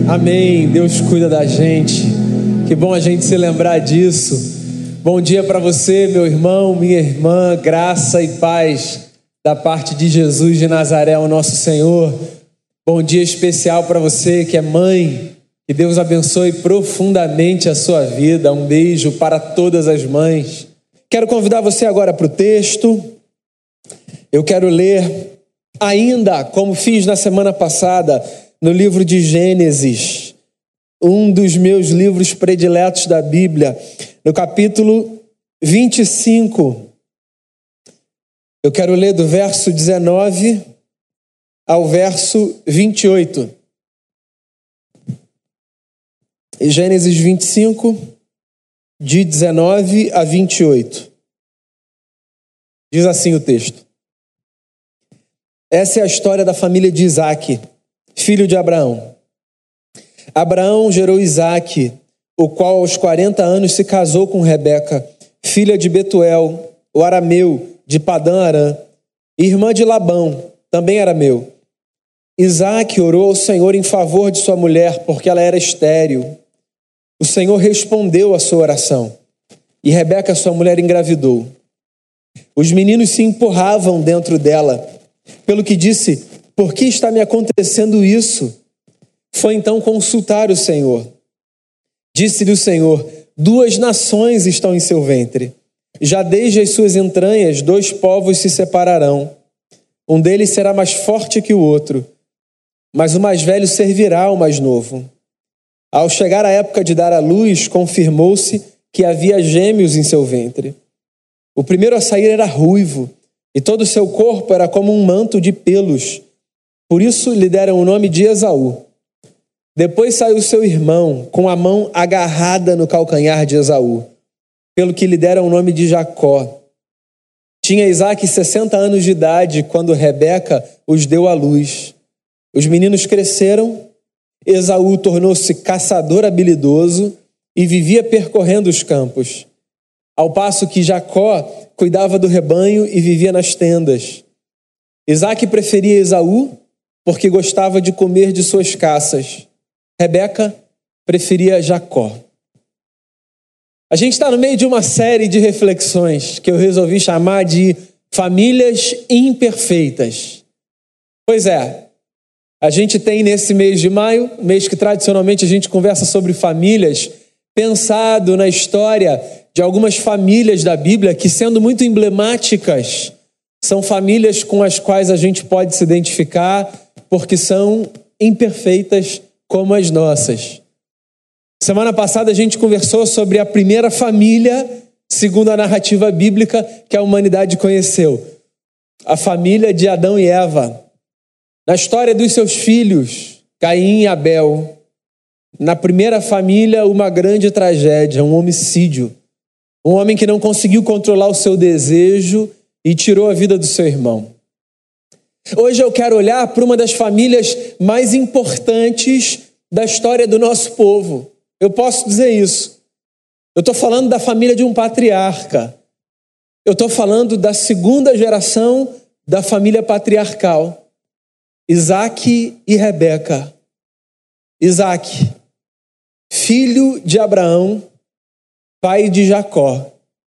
Amém. Deus cuida da gente. Que bom a gente se lembrar disso. Bom dia para você, meu irmão, minha irmã. Graça e paz da parte de Jesus de Nazaré, o nosso Senhor. Bom dia especial para você que é mãe. Que Deus abençoe profundamente a sua vida. Um beijo para todas as mães. Quero convidar você agora para o texto. Eu quero ler ainda, como fiz na semana passada, no livro de Gênesis, um dos meus livros prediletos da Bíblia, no capítulo 25. Eu quero ler do verso 19 ao verso 28. Gênesis 25, de 19 a 28. Diz assim o texto. Essa é a história da família de Isaque, filho de Abraão. Abraão gerou Isaque, o qual aos 40 anos se casou com Rebeca, filha de Betuel, o arameu, de Padã Arã, irmã de Labão, também arameu. Isaque orou ao Senhor em favor de sua mulher, porque ela era estéril. O Senhor respondeu à sua oração, e Rebeca, sua mulher, engravidou. Os meninos se empurravam dentro dela, pelo que disse: por que está me acontecendo isso? Foi então consultar o Senhor. Disse-lhe o Senhor: 2 nações estão em seu ventre. Já desde as suas entranhas 2 povos se separarão. Um deles será mais forte que o outro, mas o mais velho servirá ao mais novo. Ao chegar a época de dar à luz, confirmou-se que havia gêmeos em seu ventre. O primeiro a sair era ruivo, e todo o seu corpo era como um manto de pelos. Por isso lhe deram o nome de Esaú. Depois saiu seu irmão, com a mão agarrada no calcanhar de Esaú, pelo que lhe deram o nome de Jacó. Tinha Isaque 60 anos de idade quando Rebeca os deu à luz. Os meninos cresceram. Esaú tornou-se caçador habilidoso e vivia percorrendo os campos, ao passo que Jacó cuidava do rebanho e vivia nas tendas. Isaque preferia Esaú porque gostava de comer de suas caças. Rebeca preferia Jacó. A gente está no meio de uma série de reflexões que eu resolvi chamar de famílias imperfeitas. Pois é, a gente tem nesse mês de maio, mês que tradicionalmente a gente conversa sobre famílias, pensado na história de algumas famílias da Bíblia que, sendo muito emblemáticas, são famílias com as quais a gente pode se identificar porque são imperfeitas como as nossas. Semana passada a gente conversou sobre a primeira família, segundo a narrativa bíblica, que a humanidade conheceu. A família de Adão e Eva. Na história dos seus filhos, Caim e Abel. Na primeira família, uma grande tragédia, um homicídio. Um homem que não conseguiu controlar o seu desejo e tirou a vida do seu irmão. Hoje eu quero olhar para uma das famílias mais importantes da história do nosso povo. Eu posso dizer isso. Eu estou falando da família de um patriarca. Eu estou falando da segunda geração da família patriarcal. Isaque e Rebeca. Isaque, filho de Abraão, pai de Jacó.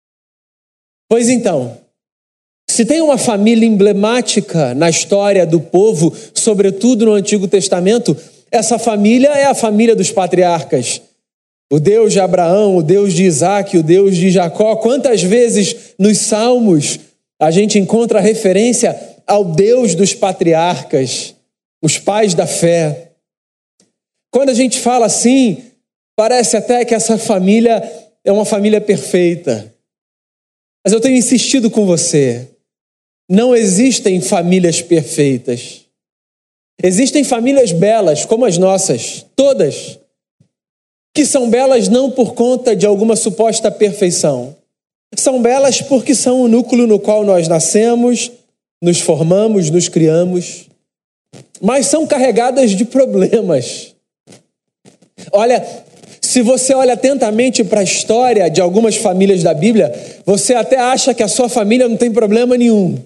Pois então, se tem uma família emblemática na história do povo, sobretudo no Antigo Testamento, essa família é a família dos patriarcas. O Deus de Abraão, o Deus de Isaque, o Deus de Jacó. Quantas vezes nos Salmos a gente encontra referência ao Deus dos patriarcas, os pais da fé. Quando a gente fala assim, parece até que essa família é uma família perfeita. Mas eu tenho insistido com você, não existem famílias perfeitas. Existem famílias belas, como as nossas, todas, que são belas não por conta de alguma suposta perfeição. São belas porque são o núcleo no qual nós nascemos, nos formamos, nos criamos, mas são carregadas de problemas. Olha, se você olha atentamente para a história de algumas famílias da Bíblia, você até acha que a sua família não tem problema nenhum.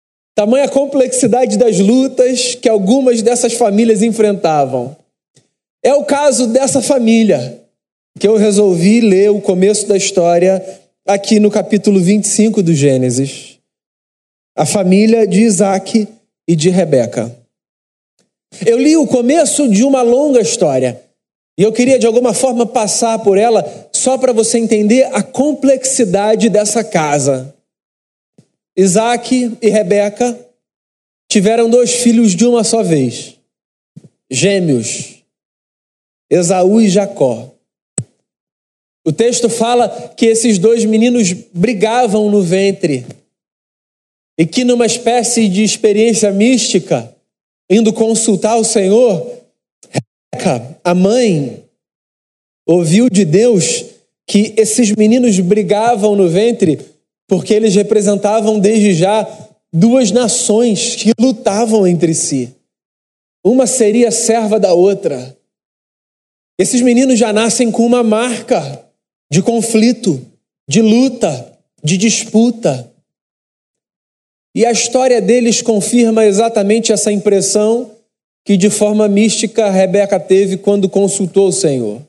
Tamanha complexidade das lutas que algumas dessas famílias enfrentavam. É o caso dessa família, que eu resolvi ler o começo da história aqui no capítulo 25 do Gênesis. A família de Isaac e de Rebeca. Eu li o começo de uma longa história e eu queria de alguma forma passar por ela só para você entender a complexidade dessa casa. Isaac e Rebeca tiveram 2 filhos de uma só vez, gêmeos, Esaú e Jacó. O texto fala que esses 2 meninos brigavam no ventre e que numa espécie de experiência mística, indo consultar o Senhor, Rebeca, a mãe, ouviu de Deus que esses meninos brigavam no ventre porque eles representavam desde já 2 nações que lutavam entre si. Uma seria serva da outra. Esses meninos já nascem com uma marca de conflito, de luta, de disputa. E a história deles confirma exatamente essa impressão que de forma mística Rebeca teve quando consultou o Senhor.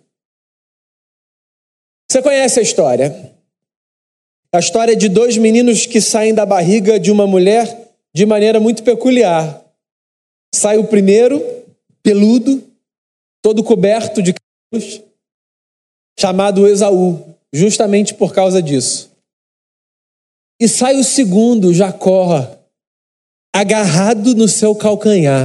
Você conhece a história? A história de 2 meninos que saem da barriga de uma mulher de maneira muito peculiar. Sai o primeiro, peludo, todo coberto de cabelos, chamado Esaú, justamente por causa disso. E sai o segundo, Jacó, agarrado no seu calcanhar.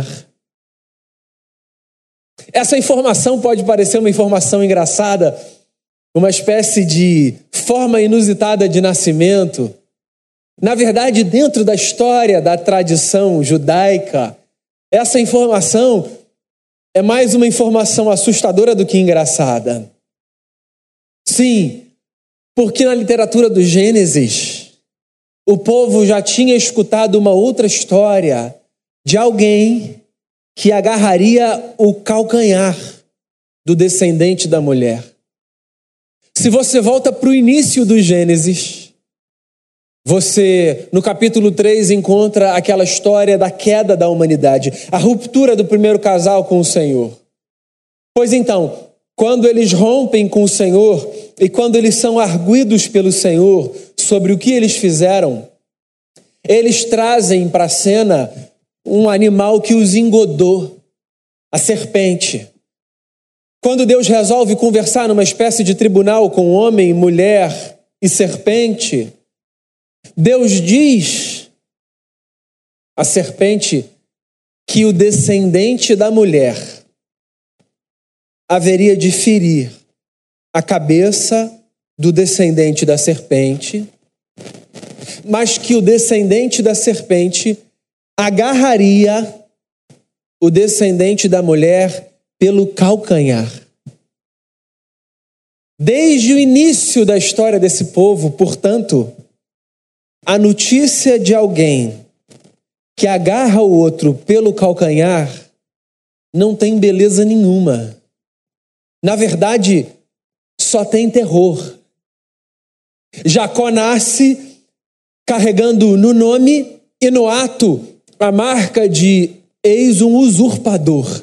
Essa informação pode parecer uma informação engraçada, uma espécie de forma inusitada de nascimento. Na verdade, dentro da história da tradição judaica, essa informação é mais uma informação assustadora do que engraçada. Sim, porque na literatura do Gênesis, o povo já tinha escutado uma outra história de alguém que agarraria o calcanhar do descendente da mulher. Se você volta para o início do Gênesis, você, no capítulo 3, encontra aquela história da queda da humanidade, a ruptura do primeiro casal com o Senhor. Pois então, quando eles rompem com o Senhor e quando eles são arguidos pelo Senhor sobre o que eles fizeram, eles trazem para a cena um animal que os engodou, a serpente. Quando Deus resolve conversar numa espécie de tribunal com homem, mulher e serpente, Deus diz à serpente que o descendente da mulher haveria de ferir a cabeça do descendente da serpente, mas que o descendente da serpente agarraria o descendente da mulher pelo calcanhar. Desde o início da história desse povo, portanto, a notícia de alguém que agarra o outro pelo calcanhar não tem beleza nenhuma. Na verdade, só tem terror. Jacó nasce carregando no nome e no ato a marca de eis um usurpador.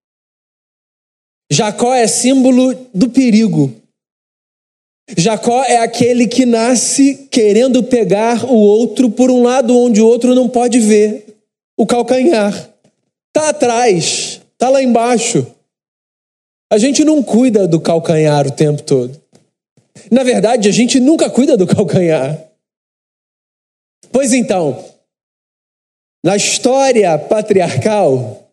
Jacó é símbolo do perigo. Jacó é aquele que nasce querendo pegar o outro por um lado onde o outro não pode ver, o calcanhar. Está atrás, está lá embaixo. A gente não cuida do calcanhar o tempo todo. Na verdade, a gente nunca cuida do calcanhar. Pois então, na história patriarcal,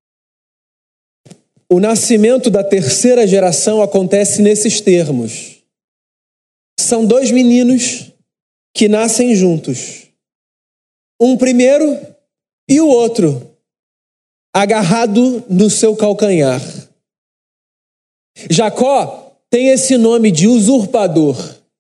o nascimento da terceira geração acontece nesses termos. São 2 meninos que nascem juntos. Um primeiro e o outro, agarrado no seu calcanhar. Jacó tem esse nome de usurpador.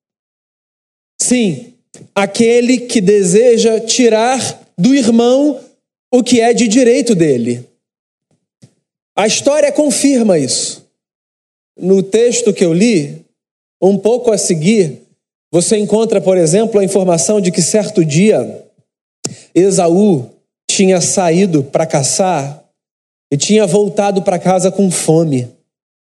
Sim, aquele que deseja tirar do irmão o que é de direito dele. A história confirma isso. No texto que eu li, um pouco a seguir, você encontra, por exemplo, a informação de que certo dia Esaú tinha saído para caçar e tinha voltado para casa com fome.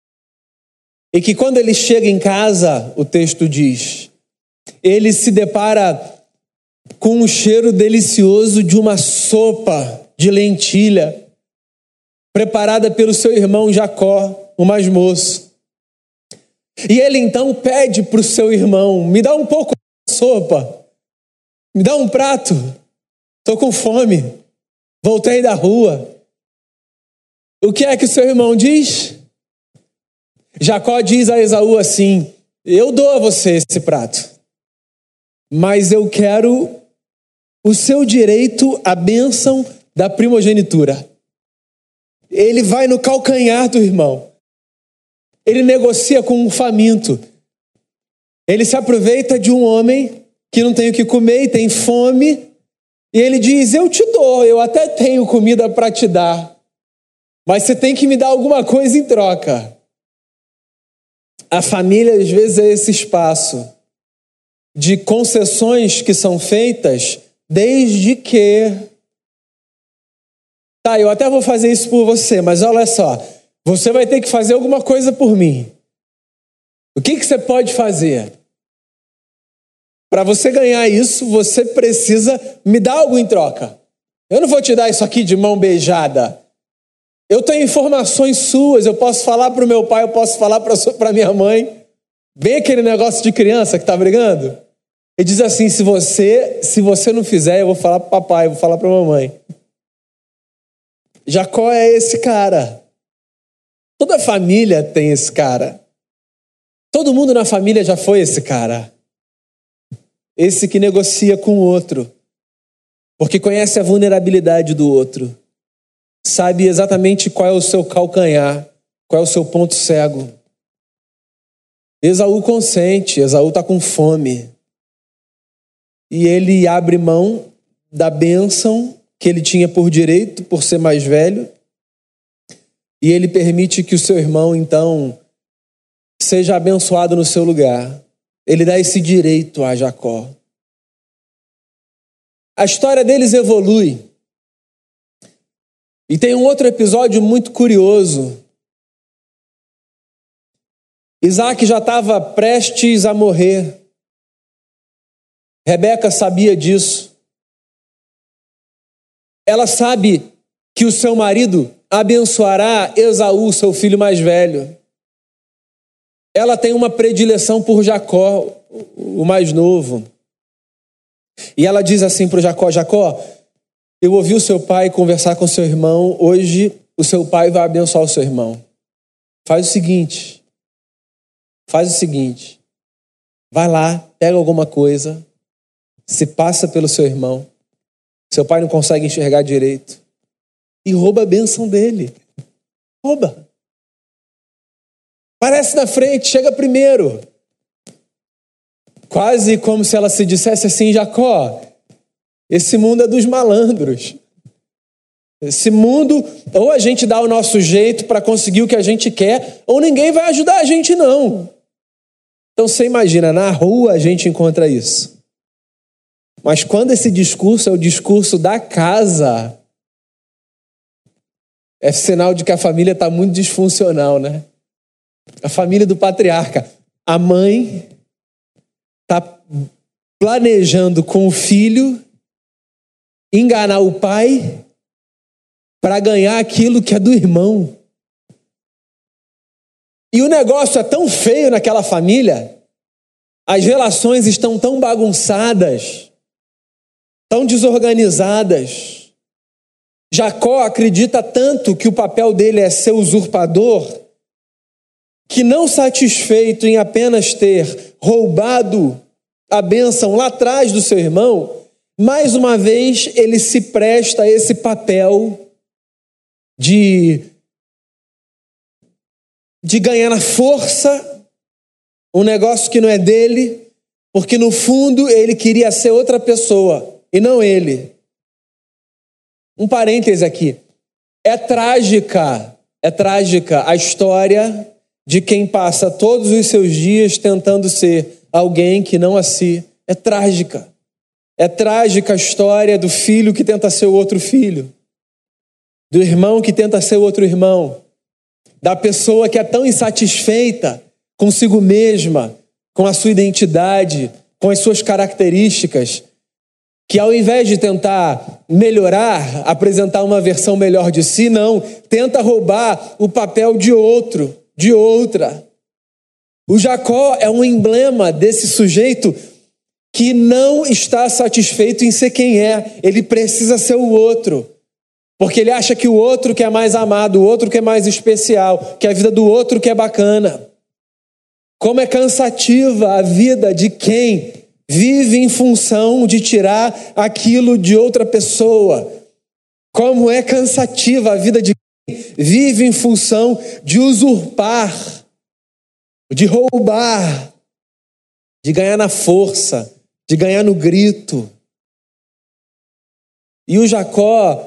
E que quando ele chega em casa, o texto diz, ele se depara com um cheiro delicioso de uma sopa de lentilha, preparada pelo seu irmão Jacó, o mais moço. E ele então pede para o seu irmão, me dá um pouco de sopa, me dá um prato, estou com fome, voltei da rua. O que é que o seu irmão diz? Jacó diz a Esaú assim, eu dou a você esse prato, mas eu quero o seu direito à bênção da primogenitura. Ele vai no calcanhar do irmão. Ele negocia com um faminto. Ele se aproveita de um homem que não tem o que comer e tem fome. E ele diz, eu te dou, eu até tenho comida para te dar, mas você tem que me dar alguma coisa em troca. A família, às vezes, é esse espaço de concessões que são feitas desde que... Tá, eu até vou fazer isso por você, mas olha só, você vai ter que fazer alguma coisa por mim. O que você pode fazer? Para você ganhar isso, você precisa me dar algo em troca. Eu não vou te dar isso aqui de mão beijada. Eu tenho informações suas, eu posso falar para o meu pai, eu posso falar para minha mãe. Bem aquele negócio de criança que está brigando. Ele diz assim, se você não fizer, eu vou falar para o papai, eu vou falar para a mamãe. Jacó é esse cara. Toda família tem esse cara. Todo mundo na família já foi esse cara. Esse que negocia com o outro. Porque conhece a vulnerabilidade do outro. Sabe exatamente qual é o seu calcanhar, qual é o seu ponto cego. Esaú consente, Esaú está com fome. E ele abre mão da bênção que ele tinha por direito, por ser mais velho. E ele permite que o seu irmão, então, seja abençoado no seu lugar. Ele dá esse direito a Jacó. A história deles evolui. E tem um outro episódio muito curioso. Isaac já estava prestes a morrer. Rebeca sabia disso. Ela sabe que o seu marido abençoará Esaú, seu filho mais velho. Ela tem uma predileção por Jacó, o mais novo. E ela diz assim para o Jacó, Jacó, eu ouvi o seu pai conversar com seu irmão, hoje o seu pai vai abençoar o seu irmão. Faz o seguinte, vai lá, pega alguma coisa, se passa pelo seu irmão, seu pai não consegue enxergar direito, e rouba a bênção dele. Rouba. Aparece na frente, chega primeiro. Quase como se ela se dissesse assim, Jacó, esse mundo é dos malandros. Esse mundo, ou a gente dá o nosso jeito para conseguir o que a gente quer, ou ninguém vai ajudar a gente não. Então você imagina, na rua a gente encontra isso. Mas quando esse discurso é o discurso da casa, é sinal de que a família está muito disfuncional, né? A família do patriarca. A mãe está planejando com o filho enganar o pai para ganhar aquilo que é do irmão. E o negócio é tão feio naquela família, as relações estão tão bagunçadas, tão desorganizadas. Jacó acredita tanto que o papel dele é ser usurpador, que não satisfeito em apenas ter roubado a bênção lá atrás do seu irmão, mais uma vez ele se presta a esse papel de ganhar na força um negócio que não é dele, porque no fundo ele queria ser outra pessoa e não ele. Um parêntese aqui. É trágica a história de quem passa todos os seus dias tentando ser alguém que não a si. É trágica. É trágica a história do filho que tenta ser o outro filho, do irmão que tenta ser o outro irmão, da pessoa que é tão insatisfeita consigo mesma, com a sua identidade, com as suas características, que ao invés de tentar melhorar, apresentar uma versão melhor de si, não, tenta roubar o papel de outro, de outra. O Jacó é um emblema desse sujeito que não está satisfeito em ser quem é, ele precisa ser o outro. Porque ele acha que o outro que é mais amado, o outro que é mais especial, que a vida do outro que é bacana. Como é cansativa a vida de quem vive em função de tirar aquilo de outra pessoa. Como é cansativa a vida de quem vive em função de usurpar, de roubar, de ganhar na força, de ganhar no grito. E o Jacó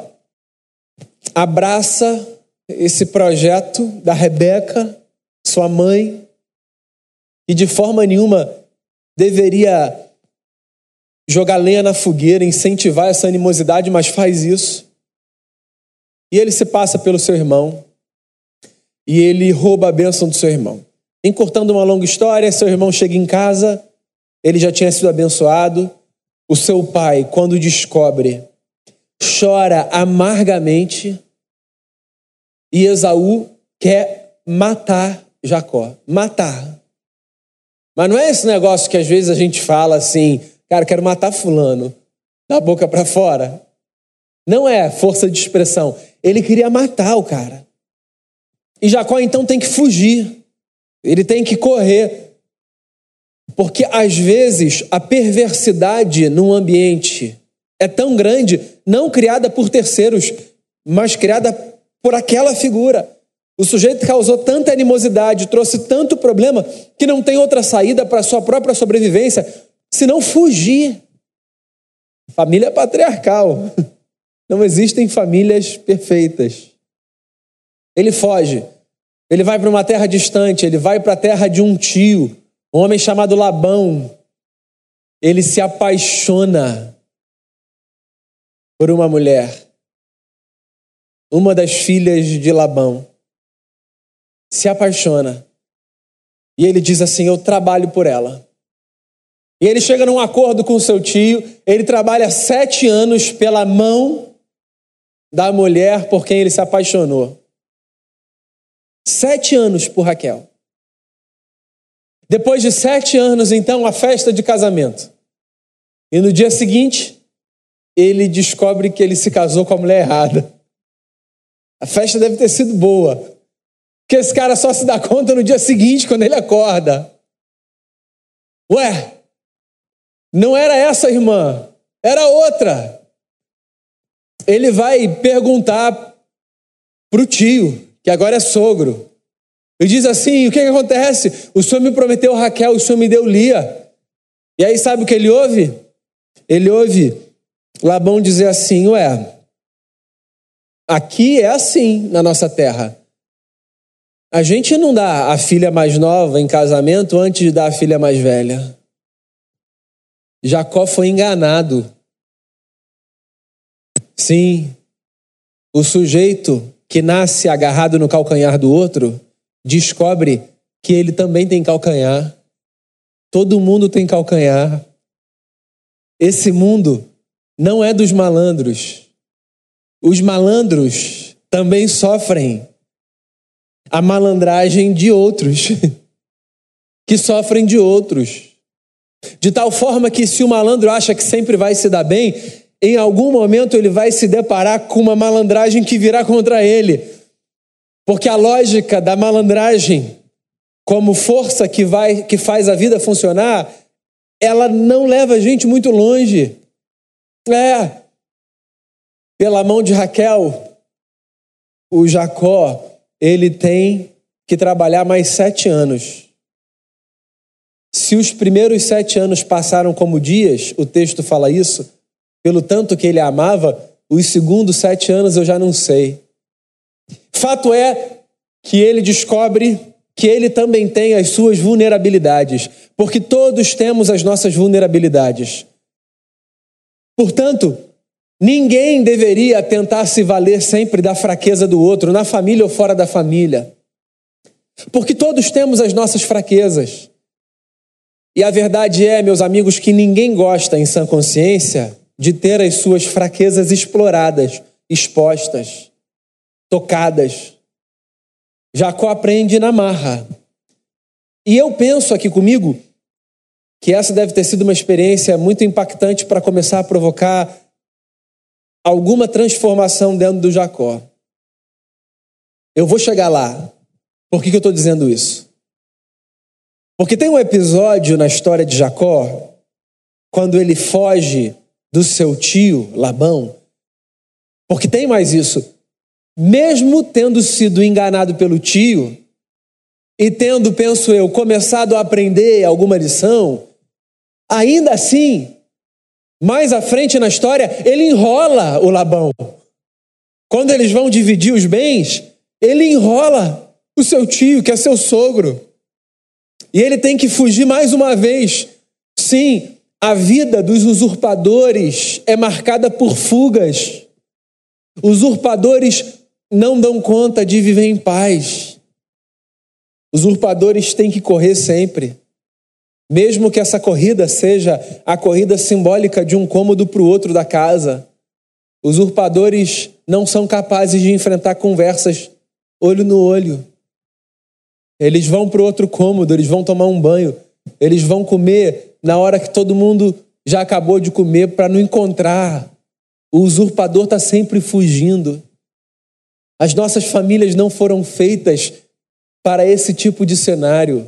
abraça esse projeto da Rebeca, sua mãe, e de forma nenhuma deveria jogar lenha na fogueira, incentivar essa animosidade, mas faz isso. E ele se passa pelo seu irmão e ele rouba a bênção do seu irmão. Encurtando uma longa história, seu irmão chega em casa, ele já tinha sido abençoado. O seu pai, quando descobre, chora amargamente e Esaú quer matar Jacó. Matar. Mas não é esse negócio que às vezes a gente fala assim, cara, quero matar fulano, da boca para fora. Não é força de expressão. Ele queria matar o cara. E Jacó então tem que fugir. Ele tem que correr. Porque às vezes a perversidade num ambiente é tão grande, não criada por terceiros, mas criada por aquela figura. O sujeito causou tanta animosidade, trouxe tanto problema, que não tem outra saída para a sua própria sobrevivência, senão fugir. Família patriarcal. Não existem famílias perfeitas. Ele foge. Ele vai para uma terra distante, ele vai para a terra de um tio, um homem chamado Labão. Ele se apaixona por uma mulher, uma das filhas de Labão. Se apaixona. E ele diz assim, eu trabalho por ela. E ele chega num acordo com seu tio, ele trabalha 7 anos pela mão da mulher por quem ele se apaixonou. 7 anos por Raquel. Depois de 7 anos, então, a festa de casamento. E no dia seguinte, ele descobre que ele se casou com a mulher errada. A festa deve ter sido boa, porque esse cara só se dá conta no dia seguinte, quando ele acorda. Ué, não era essa irmã, era outra. Ele vai perguntar para o tio, que agora é sogro. Ele diz assim, o que acontece? O senhor me prometeu Raquel, o senhor me deu Lia. E aí sabe o que ele ouve? Ele ouve Labão dizer assim, ué, aqui é assim na nossa terra. A gente não dá a filha mais nova em casamento antes de dar a filha mais velha. Jacó foi enganado. Sim, o sujeito que nasce agarrado no calcanhar do outro descobre que ele também tem calcanhar. Todo mundo tem calcanhar. Esse mundo não é dos malandros. Os malandros também sofrem a malandragem de outros, que sofrem de outros. De tal forma que se o malandro acha que sempre vai se dar bem, em algum momento ele vai se deparar com uma malandragem que virá contra ele. Porque a lógica da malandragem, como força que faz a vida funcionar, ela não leva a gente muito longe. Pela mão de Raquel, o Jacó, ele tem que trabalhar mais 7 anos. Se os primeiros 7 anos passaram como dias, o texto fala isso, pelo tanto que ele amava, os segundos 7 anos eu já não sei. Fato é que ele descobre que ele também tem as suas vulnerabilidades, porque todos temos as nossas vulnerabilidades. Portanto, ninguém deveria tentar se valer sempre da fraqueza do outro, na família ou fora da família. Porque todos temos as nossas fraquezas. E a verdade é, meus amigos, que ninguém gosta, em sã consciência, de ter as suas fraquezas exploradas, expostas, tocadas. Jacó aprende na marra. E eu penso aqui comigo que essa deve ter sido uma experiência muito impactante para começar a provocar alguma transformação dentro do Jacó. Eu vou chegar lá. Por que eu estou dizendo isso? Porque tem um episódio na história de Jacó, quando ele foge do seu tio Labão, porque tem mais isso. Mesmo tendo sido enganado pelo tio e tendo, penso eu, começado a aprender alguma lição, ainda assim, mais à frente na história, ele enrola o Labão. Quando eles vão dividir os bens, ele enrola o seu tio, que é seu sogro. E ele tem que fugir mais uma vez. Sim, a vida dos usurpadores é marcada por fugas. Usurpadores não dão conta de viver em paz. Usurpadores têm que correr sempre. Mesmo que essa corrida seja a corrida simbólica de um cômodo para o outro da casa. Usurpadores não são capazes de enfrentar conversas olho no olho. Eles vão para o outro cômodo, eles vão tomar um banho, eles vão comer na hora que todo mundo já acabou de comer para não encontrar. O usurpador está sempre fugindo. As nossas famílias não foram feitas para esse tipo de cenário.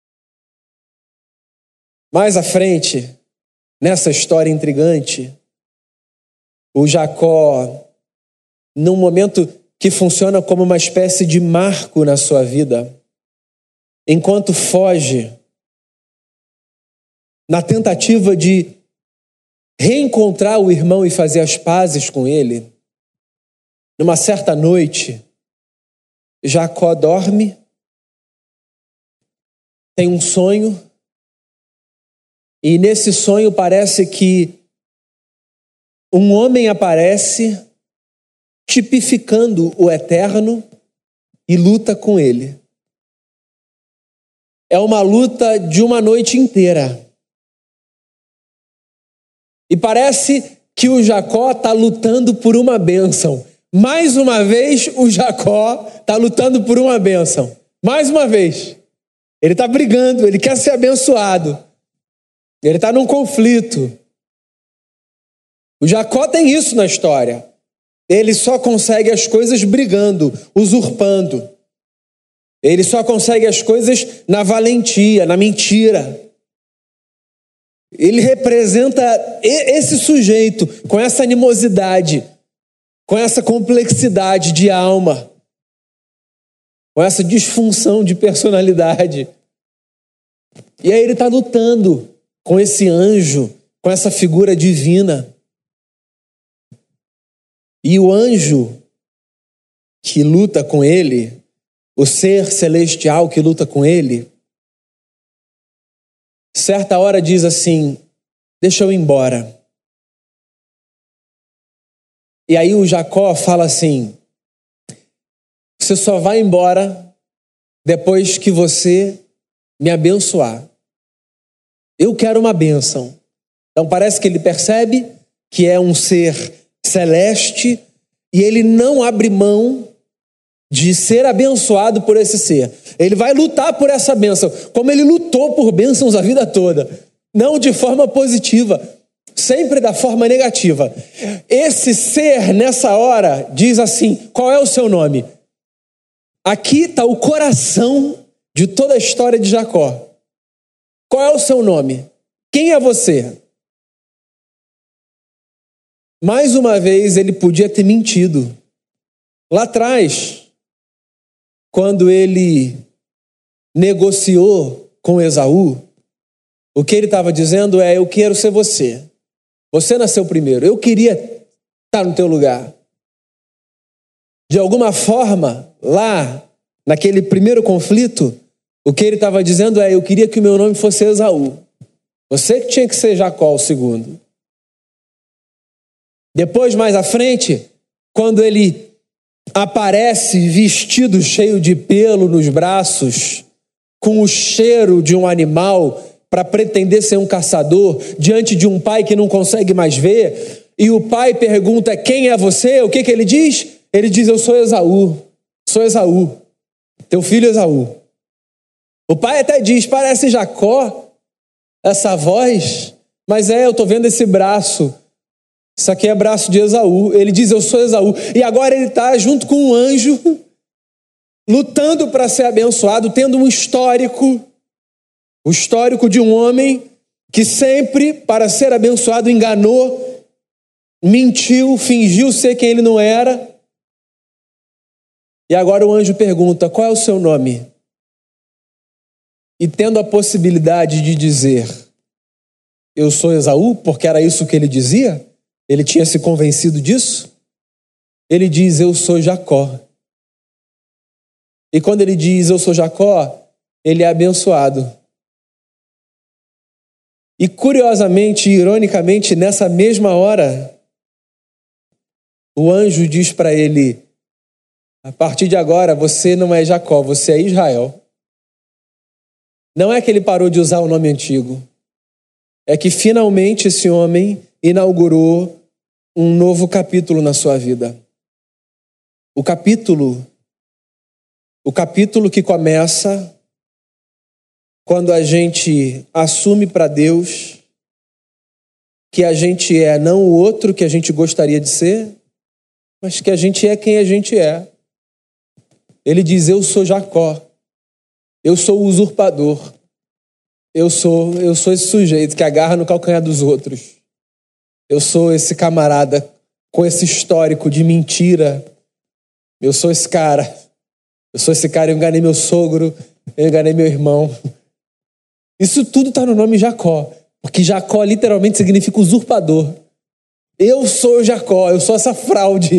Mais à frente, nessa história intrigante, o Jacó, num momento que funciona como uma espécie de marco na sua vida, enquanto foge, na tentativa de reencontrar o irmão e fazer as pazes com ele, numa certa noite, Jacó dorme, tem um sonho, e nesse sonho parece que um homem aparece tipificando o eterno e luta com ele. É uma luta de uma noite inteira. E parece que o Jacó está lutando por uma bênção. Mais uma vez, o Jacó está lutando por uma bênção. Mais uma vez. Ele está brigando, ele quer ser abençoado. Ele está num conflito. O Jacó tem isso na história. Ele só consegue as coisas brigando, usurpando. Ele só consegue as coisas na valentia, na mentira. Ele representa esse sujeito com essa animosidade, com essa complexidade de alma, com essa disfunção de personalidade. E aí ele está lutando com esse anjo, com essa figura divina. E o anjo que luta com ele, o ser celestial que luta com ele, certa hora diz assim: deixa eu ir embora. E aí o Jacó fala assim: você só vai embora depois que você me abençoar. Eu quero uma bênção. Então parece que ele percebe que é um ser celeste e ele não abre mão de ser abençoado por esse ser. Ele vai lutar por essa bênção, como ele lutou por bênçãos a vida toda. Não de forma positiva, sempre da forma negativa. Esse ser, nessa hora, diz assim: qual é o seu nome? Aqui está o coração de toda a história de Jacó. Qual é o seu nome? Quem é você? Mais uma vez, ele podia ter mentido. Lá atrás, quando ele negociou com Esaú, o que ele estava dizendo é: eu quero ser você. Você nasceu primeiro. Eu queria estar no teu lugar. De alguma forma, lá, naquele primeiro conflito, o que ele estava dizendo é: eu queria que o meu nome fosse Esaú. Você que tinha que ser Jacó o segundo. Depois, mais à frente, quando ele aparece vestido cheio de pelo nos braços, com o cheiro de um animal, para pretender ser um caçador, diante de um pai que não consegue mais ver, e o pai pergunta: quem é você? O que ele diz? Ele diz: eu sou Esaú, teu filho Esaú. O pai até diz: parece Jacó, essa voz, mas eu estou vendo esse braço, isso aqui é braço de Esaú. Ele diz: eu sou Esaú, e agora ele está junto com um anjo, lutando para ser abençoado, tendo um histórico, o histórico de um homem que sempre, para ser abençoado, enganou, mentiu, fingiu ser quem ele não era. E agora o anjo pergunta: qual é o seu nome? E tendo a possibilidade de dizer: eu sou Esaú, porque era isso que ele dizia, ele tinha se convencido disso, ele diz: eu sou Jacó. E quando ele diz eu sou Jacó, ele é abençoado. E curiosamente, ironicamente, nessa mesma hora, o anjo diz para ele: a partir de agora você não é Jacó, você é Israel. Não é que ele parou de usar o nome antigo, é que finalmente esse homem inaugurou um novo capítulo na sua vida. O capítulo que começa quando a gente assume para Deus que a gente é não o outro que a gente gostaria de ser, mas que a gente é quem a gente é. Ele diz: eu sou Jacó, eu sou o usurpador, eu sou esse sujeito que agarra no calcanhar dos outros, eu sou esse camarada com esse histórico de mentira, eu sou esse cara, eu enganei meu sogro, eu enganei meu irmão. Isso tudo está no nome Jacó, porque Jacó literalmente significa usurpador. Eu sou Jacó, eu sou essa fraude.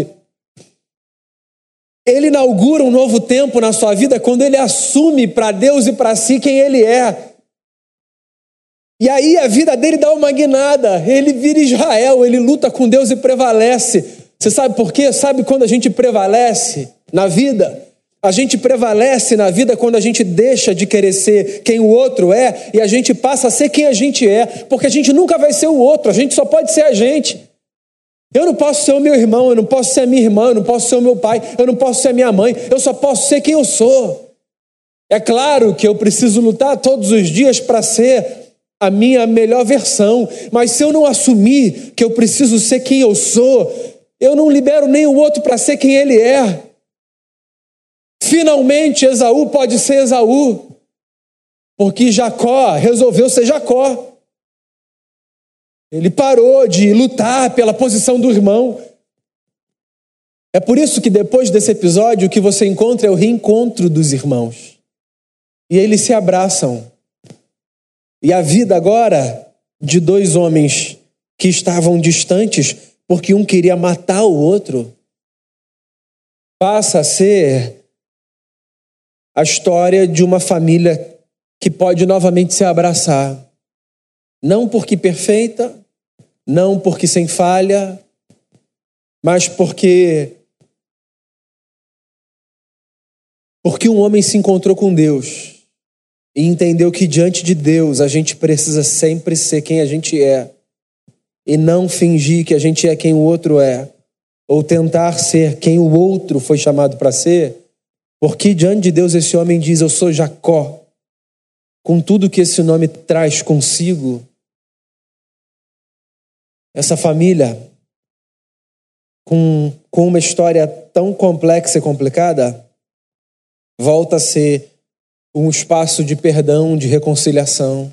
Ele inaugura um novo tempo na sua vida quando ele assume para Deus e para si quem ele é. E aí a vida dele dá uma guinada, ele vira Israel, ele luta com Deus e prevalece. Você sabe por quê? Sabe quando a gente prevalece na vida? A gente prevalece na vida quando a gente deixa de querer ser quem o outro é e a gente passa a ser quem a gente é, porque a gente nunca vai ser o outro, a gente só pode ser a gente. Eu não posso ser o meu irmão, eu não posso ser a minha irmã, eu não posso ser o meu pai, eu não posso ser a minha mãe, eu só posso ser quem eu sou. É claro que eu preciso lutar todos os dias para ser a minha melhor versão, mas se eu não assumir que eu preciso ser quem eu sou, eu não libero nem o outro para ser quem ele é. Finalmente Esaú pode ser Esaú, porque Jacó resolveu ser Jacó. Ele parou de lutar pela posição do irmão. É por isso que depois desse episódio o que você encontra é o reencontro dos irmãos. E eles se abraçam. E a vida agora de dois homens que estavam distantes, porque um queria matar o outro, passa a ser a história de uma família que pode novamente se abraçar. Não porque perfeita, não porque sem falha, mas porque um homem se encontrou com Deus e entendeu que diante de Deus a gente precisa sempre ser quem a gente é e não fingir que a gente é quem o outro é, ou tentar ser quem o outro foi chamado para ser, porque diante de Deus esse homem diz: eu sou Jacó, com tudo que esse nome traz consigo. Essa família, com uma história tão complexa e complicada, volta a ser um espaço de perdão, de reconciliação.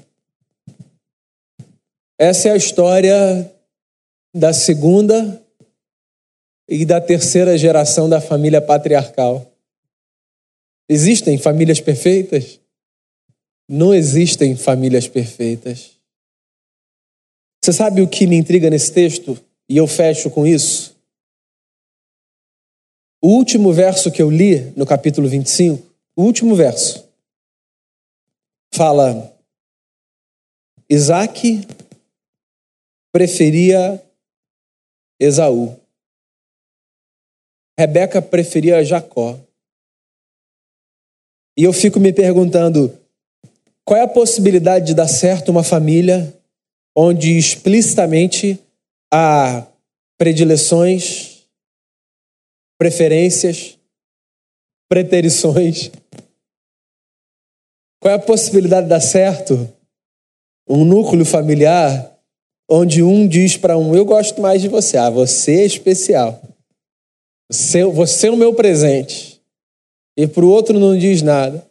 Essa é a história da segunda e da terceira geração da família patriarcal. Existem famílias perfeitas? Não existem famílias perfeitas. Você sabe o que me intriga nesse texto? E eu fecho com isso. O último verso que eu li no capítulo 25, o último verso, fala: Isaque preferia Esaú. Rebeca preferia Jacó. E eu fico me perguntando, qual é a possibilidade de dar certo uma família onde explicitamente há predileções, preferências, preterições? Qual é a possibilidade de dar certo um núcleo familiar onde um diz para um, eu gosto mais de você, você é especial, você é o meu presente, e para o outro não diz nada.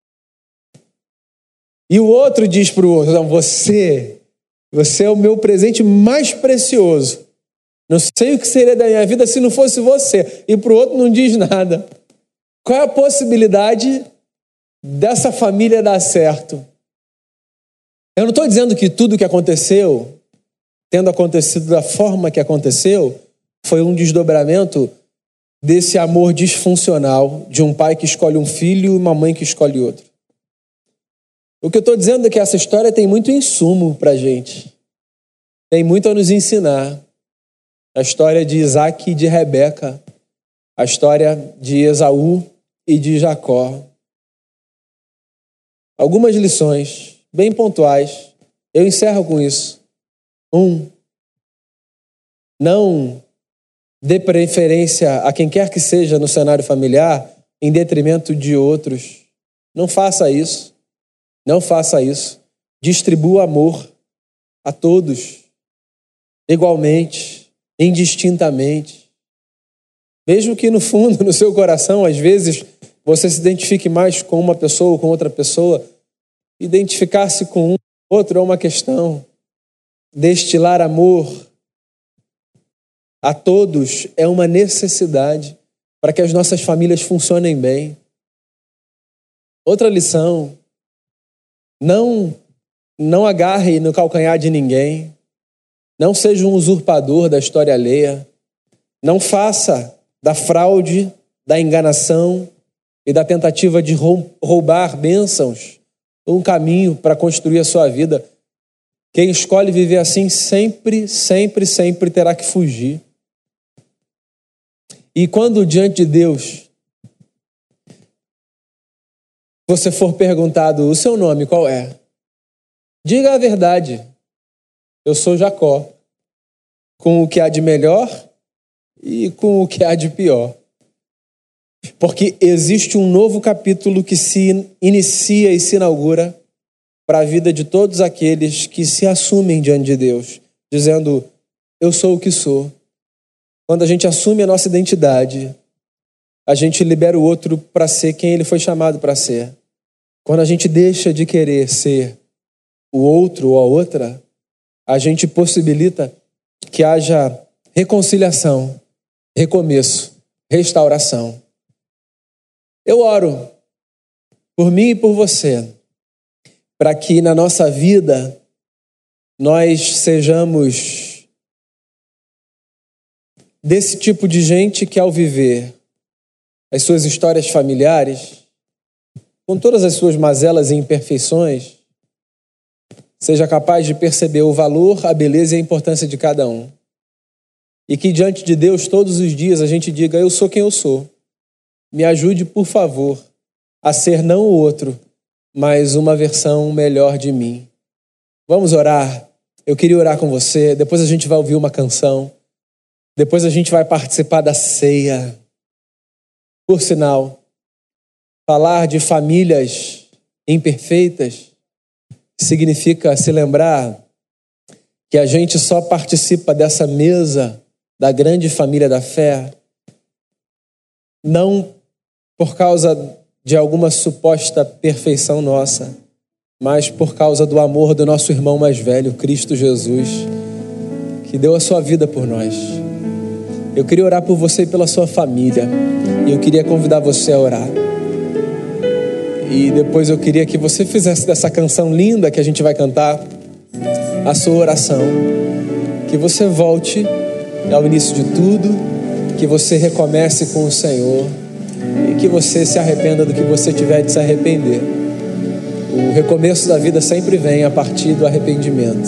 E o outro diz para o outro, não, você é o meu presente mais precioso. Não sei o que seria da minha vida se não fosse você. E para o outro não diz nada. Qual é a possibilidade dessa família dar certo? Eu não estou dizendo que tudo que aconteceu, tendo acontecido da forma que aconteceu, foi um desdobramento desse amor disfuncional de um pai que escolhe um filho e uma mãe que escolhe outro. O que eu estou dizendo é que essa história tem muito insumo para a gente. Tem muito a nos ensinar. A história de Isaac e de Rebeca. A história de Esaú e de Jacó. Algumas lições bem pontuais. Eu encerro com isso. 1. Não dê preferência a quem quer que seja no cenário familiar em detrimento de outros. Não faça isso. Não faça isso. Distribua amor a todos, igualmente, indistintamente. Mesmo que no fundo, no seu coração, às vezes, você se identifique mais com uma pessoa ou com outra pessoa, identificar-se com um ou outro é uma questão. Destilar amor a todos é uma necessidade para que as nossas famílias funcionem bem. Outra lição: não agarre no calcanhar de ninguém. Não seja um usurpador da história alheia. Não faça da fraude, da enganação e da tentativa de roubar bênçãos um caminho para construir a sua vida. Quem escolhe viver assim sempre terá que fugir. E quando diante de Deus você for perguntado o seu nome, qual é? Diga a verdade. Eu sou Jacó, com o que há de melhor e com o que há de pior. Porque existe um novo capítulo que se inicia e se inaugura para a vida de todos aqueles que se assumem diante de Deus, dizendo, eu sou o que sou. Quando a gente assume a nossa identidade, a gente libera o outro para ser quem ele foi chamado para ser. Quando a gente deixa de querer ser o outro ou a outra, a gente possibilita que haja reconciliação, recomeço, restauração. Eu oro por mim e por você, para que na nossa vida nós sejamos desse tipo de gente que, ao viver as suas histórias familiares, com todas as suas mazelas e imperfeições, seja capaz de perceber o valor, a beleza e a importância de cada um. E que diante de Deus, todos os dias, a gente diga, eu sou quem eu sou. Me ajude, por favor, a ser não o outro, mas uma versão melhor de mim. Vamos orar. Eu queria orar com você. Depois a gente vai ouvir uma canção. Depois a gente vai participar da ceia. Por sinal, falar de famílias imperfeitas significa se lembrar que a gente só participa dessa mesa da grande família da fé não por causa de alguma suposta perfeição nossa, mas por causa do amor do nosso irmão mais velho, Cristo Jesus, que deu a sua vida por nós. Eu queria orar por você e pela sua família, e eu queria convidar você a orar. E depois eu queria que você fizesse dessa canção linda que a gente vai cantar a sua oração. Que você volte ao início de tudo, que você recomece com o Senhor e que você se arrependa do que você tiver de se arrepender. O recomeço da vida sempre vem a partir do arrependimento.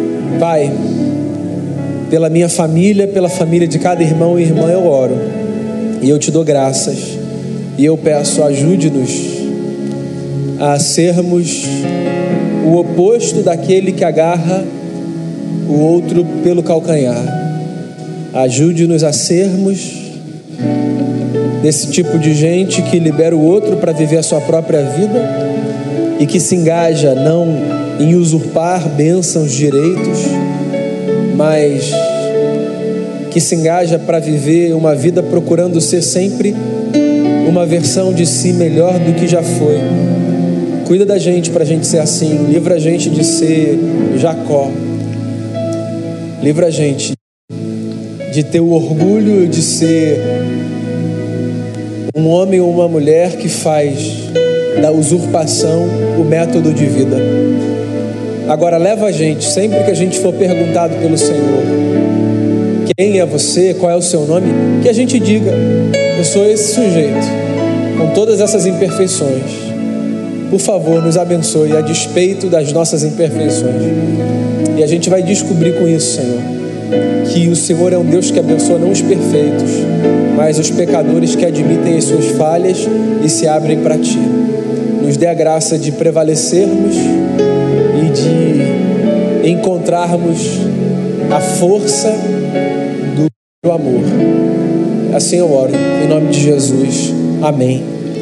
Pai, pela minha família, pela família de cada irmão e irmã eu oro. E eu te dou graças. E eu peço, ajude-nos a sermos o oposto daquele que agarra o outro pelo calcanhar. Ajude-nos a sermos desse tipo de gente que libera o outro para viver a sua própria vida e que se engaja não em usurpar bênçãos, direitos, mas que se engaja para viver uma vida procurando ser sempre uma versão de si melhor do que já foi. Cuida da gente para a gente ser assim. Livra a gente de ser Jacó. Livra a gente de ter o orgulho de ser um homem ou uma mulher que faz da usurpação o método de vida. Agora leva a gente, sempre que a gente for perguntado pelo Senhor, quem é você, qual é o seu nome, que a gente diga, eu sou esse sujeito, com todas essas imperfeições. Por favor, nos abençoe a despeito das nossas imperfeições. E a gente vai descobrir com isso, Senhor, que o Senhor é um Deus que abençoa não os perfeitos, mas os pecadores que admitem as suas falhas e se abrem para Ti. Nos dê a graça de prevalecermos e de encontrarmos a força do amor. Assim eu oro, em nome de Jesus. Amém.